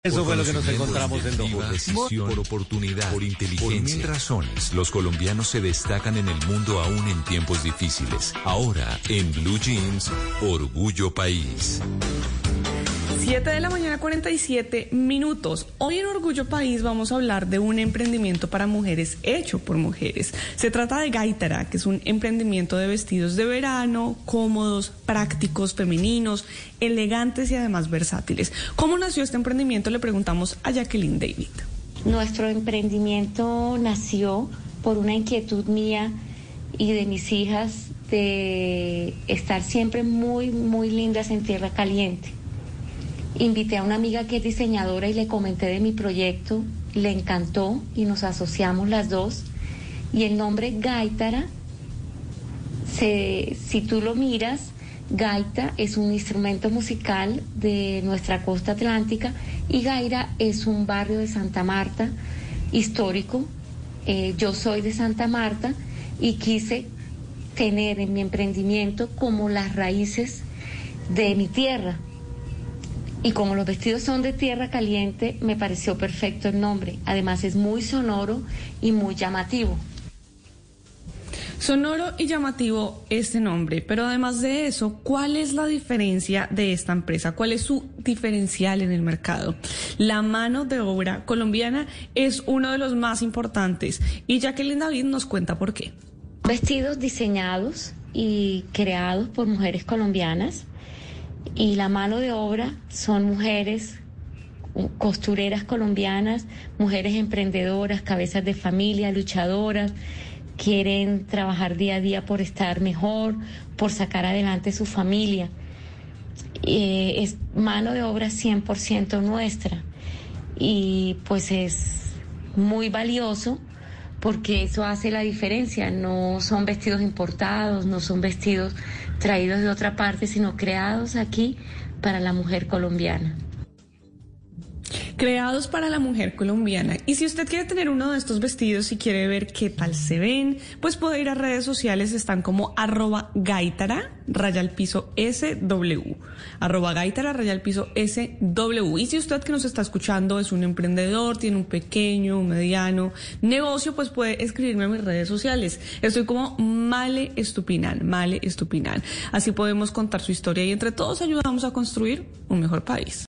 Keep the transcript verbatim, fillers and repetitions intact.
Eso fue lo que nos encontramos en Doha. Por decisión, por oportunidad, por inteligencia. Por mil razones, los colombianos se destacan en el mundo aún en tiempos difíciles. Ahora, en Blue Jeans, Orgullo País. siete de la mañana, cuarenta y siete minutos. Hoy en Orgullo País vamos a hablar de un emprendimiento para mujeres hecho por mujeres. Se trata de Gaitara, que es un emprendimiento de vestidos de verano, cómodos, prácticos, femeninos, elegantes y además versátiles. ¿Cómo nació este emprendimiento? Le preguntamos a Jacqueline David. Nuestro emprendimiento nació por una inquietud mía y de mis hijas de estar siempre muy, muy lindas en tierra caliente. Invité a una amiga que es diseñadora y le comenté de mi proyecto, le encantó y nos asociamos las dos. Y el nombre Gaitara, se, si tú lo miras, gaita es un instrumento musical de nuestra costa atlántica y Gaira es un barrio de Santa Marta histórico. Eh, yo soy de Santa Marta y quise tener en mi emprendimiento como las raíces de mi tierra. Y como los vestidos son de tierra caliente, me pareció perfecto el nombre. Además es muy sonoro y muy llamativo. Sonoro y llamativo este nombre, pero además de eso, ¿cuál es la diferencia de esta empresa? ¿Cuál es su diferencial en el mercado? La mano de obra colombiana es uno de los más importantes y Jacqueline David nos cuenta por qué. Vestidos diseñados y creados por mujeres colombianas. Y la mano de obra son mujeres costureras colombianas, mujeres emprendedoras, cabezas de familia, luchadoras, quieren trabajar día a día por estar mejor, por sacar adelante su familia. Eh, es mano de obra cien por ciento nuestra y pues es muy valioso porque eso hace la diferencia. No son vestidos importados, no son vestidos traídos de otra parte, sino creados aquí para la mujer colombiana. Creados para la mujer colombiana. Y si usted quiere tener uno de estos vestidos y quiere ver qué tal se ven, pues puede ir a redes sociales, están como arroba gaitara, raya al piso S W, arroba gaitara, raya al piso S W. Y si usted que nos está escuchando es un emprendedor, tiene un pequeño, un mediano negocio, pues puede escribirme a mis redes sociales. Estoy como Male Estupinan, Male Estupinan. Así podemos contar su historia y entre todos ayudamos a construir un mejor país.